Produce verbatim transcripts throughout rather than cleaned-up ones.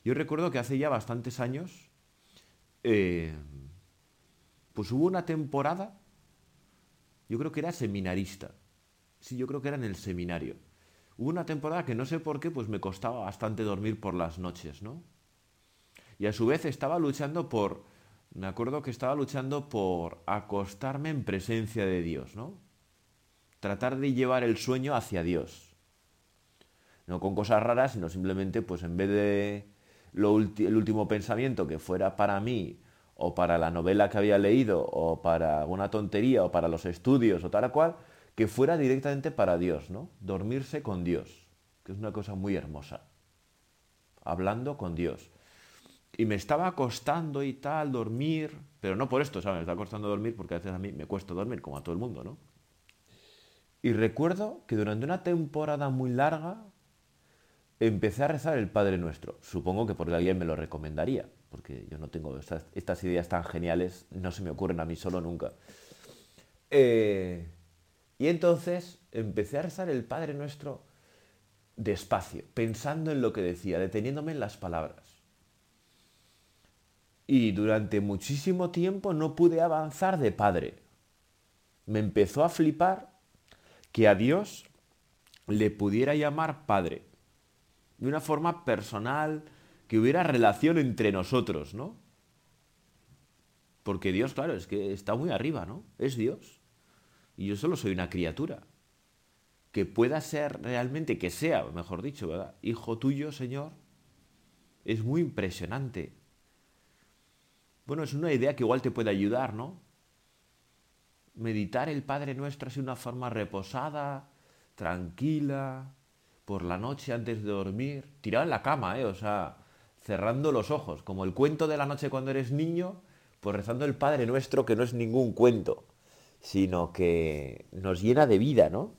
Yo recuerdo que hace ya bastantes años, eh, pues hubo una temporada, yo creo que era seminarista. Sí, yo creo que era en el seminario. Hubo una temporada que no sé por qué, pues me costaba bastante dormir por las noches, ¿no? Y a su vez estaba luchando por, me acuerdo que estaba luchando por acostarme en presencia de Dios, ¿no? Tratar de llevar el sueño hacia Dios. No con cosas raras, sino simplemente, pues en vez de lo ulti- el último pensamiento que fuera para mí, o para la novela que había leído, o para alguna tontería, o para los estudios, o tal cual, que fuera directamente para Dios, ¿no? Dormirse con Dios, que es una cosa muy hermosa. Hablando con Dios. Y me estaba acostando y tal, dormir, pero no por esto, ¿sabes? Me está costando dormir porque a veces a mí me cuesta dormir, como a todo el mundo, ¿no? Y recuerdo que durante una temporada muy larga empecé a rezar el Padre Nuestro. Supongo que porque alguien me lo recomendaría, porque yo no tengo estas, estas ideas tan geniales, no se me ocurren a mí solo nunca. Eh, y entonces empecé a rezar el Padre Nuestro despacio, pensando en lo que decía, deteniéndome en las palabras. Y durante muchísimo tiempo no pude avanzar de padre. Me empezó a flipar que a Dios le pudiera llamar padre. De una forma personal, que hubiera relación entre nosotros, ¿no? Porque Dios, claro, es que está muy arriba, ¿no? Es Dios. Y yo solo soy una criatura. Que pueda ser realmente, que sea, mejor dicho, ¿verdad? Hijo tuyo, Señor, es muy impresionante. Bueno, es una idea que igual te puede ayudar, ¿no? Meditar el Padre Nuestro así de una forma reposada, tranquila, por la noche antes de dormir, tirado en la cama, ¿eh? O sea, cerrando los ojos, como el cuento de la noche cuando eres niño, pues rezando el Padre Nuestro, que no es ningún cuento, sino que nos llena de vida, ¿no?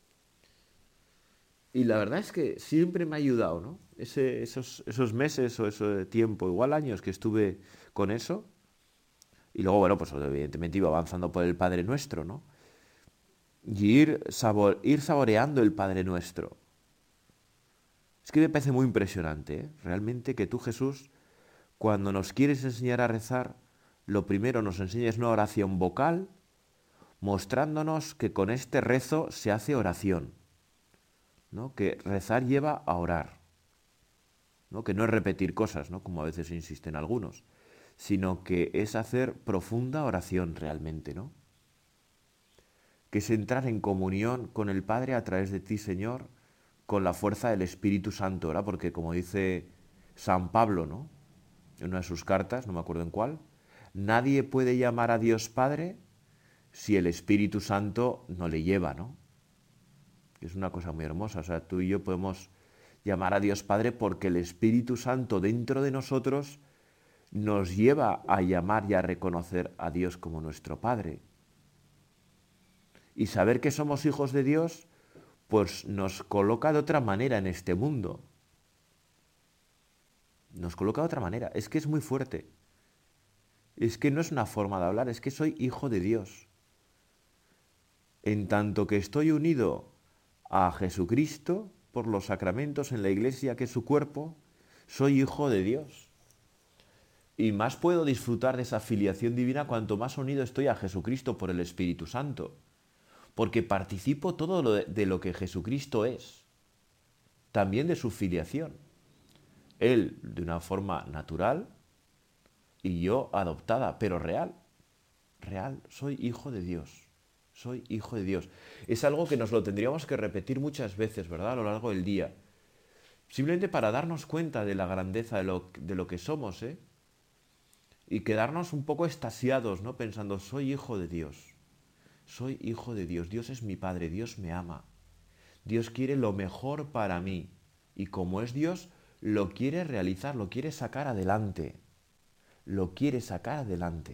Y la verdad es que siempre me ha ayudado, ¿no? Ese, esos, esos meses o ese tiempo, igual años que estuve con eso, y luego, bueno, pues evidentemente iba avanzando por el Padre Nuestro, ¿no? Y ir, sabor, ir saboreando el Padre Nuestro. Es que me parece muy impresionante, ¿eh? Realmente que tú, Jesús, cuando nos quieres enseñar a rezar, lo primero nos enseñas una oración vocal, mostrándonos que con este rezo se hace oración, ¿no? Que rezar lleva a orar, ¿no? Que no es repetir cosas, ¿no? Como a veces insisten algunos, sino que es hacer profunda oración realmente, ¿no? Que es entrar en comunión con el Padre a través de ti, Señor, con la fuerza del Espíritu Santo, ¿verdad? Porque como dice San Pablo, ¿no? En una de sus cartas, no me acuerdo en cuál, nadie puede llamar a Dios Padre si el Espíritu Santo no le lleva, ¿no? Es una cosa muy hermosa, o sea, tú y yo podemos llamar a Dios Padre porque el Espíritu Santo dentro de nosotros nos lleva a llamar y a reconocer a Dios como nuestro Padre. Y saber que somos hijos de Dios, pues nos coloca de otra manera en este mundo. Nos coloca de otra manera. Es que es muy fuerte. Es que no es una forma de hablar, es que soy hijo de Dios. En tanto que estoy unido a Jesucristo por los sacramentos en la iglesia, que es su cuerpo, soy hijo de Dios. Y más puedo disfrutar de esa filiación divina cuanto más unido estoy a Jesucristo por el Espíritu Santo. Porque participo todo lo de, de lo que Jesucristo es. También de su filiación. Él de una forma natural y yo adoptada, pero real. Real, soy hijo de Dios. Soy hijo de Dios. Es algo que nos lo tendríamos que repetir muchas veces, ¿verdad? A lo largo del día. Simplemente para darnos cuenta de la grandeza de lo, de lo que somos, ¿eh? Y quedarnos un poco extasiados, ¿no? Pensando, soy hijo de Dios. Soy hijo de Dios. Dios es mi Padre. Dios me ama. Dios quiere lo mejor para mí. Y como es Dios, lo quiere realizar, lo quiere sacar adelante. Lo quiere sacar adelante.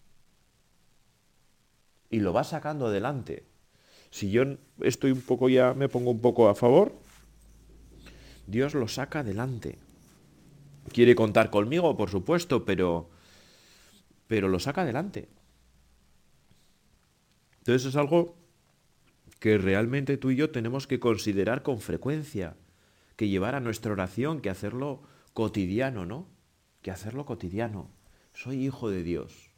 Y lo va sacando adelante. Si yo estoy un poco ya, me pongo un poco a favor, Dios lo saca adelante. Quiere contar conmigo, por supuesto, pero, pero lo saca adelante. Entonces es algo que realmente tú y yo tenemos que considerar con frecuencia, que llevar a nuestra oración, que hacerlo cotidiano, ¿no? Que hacerlo cotidiano. Soy hijo de Dios.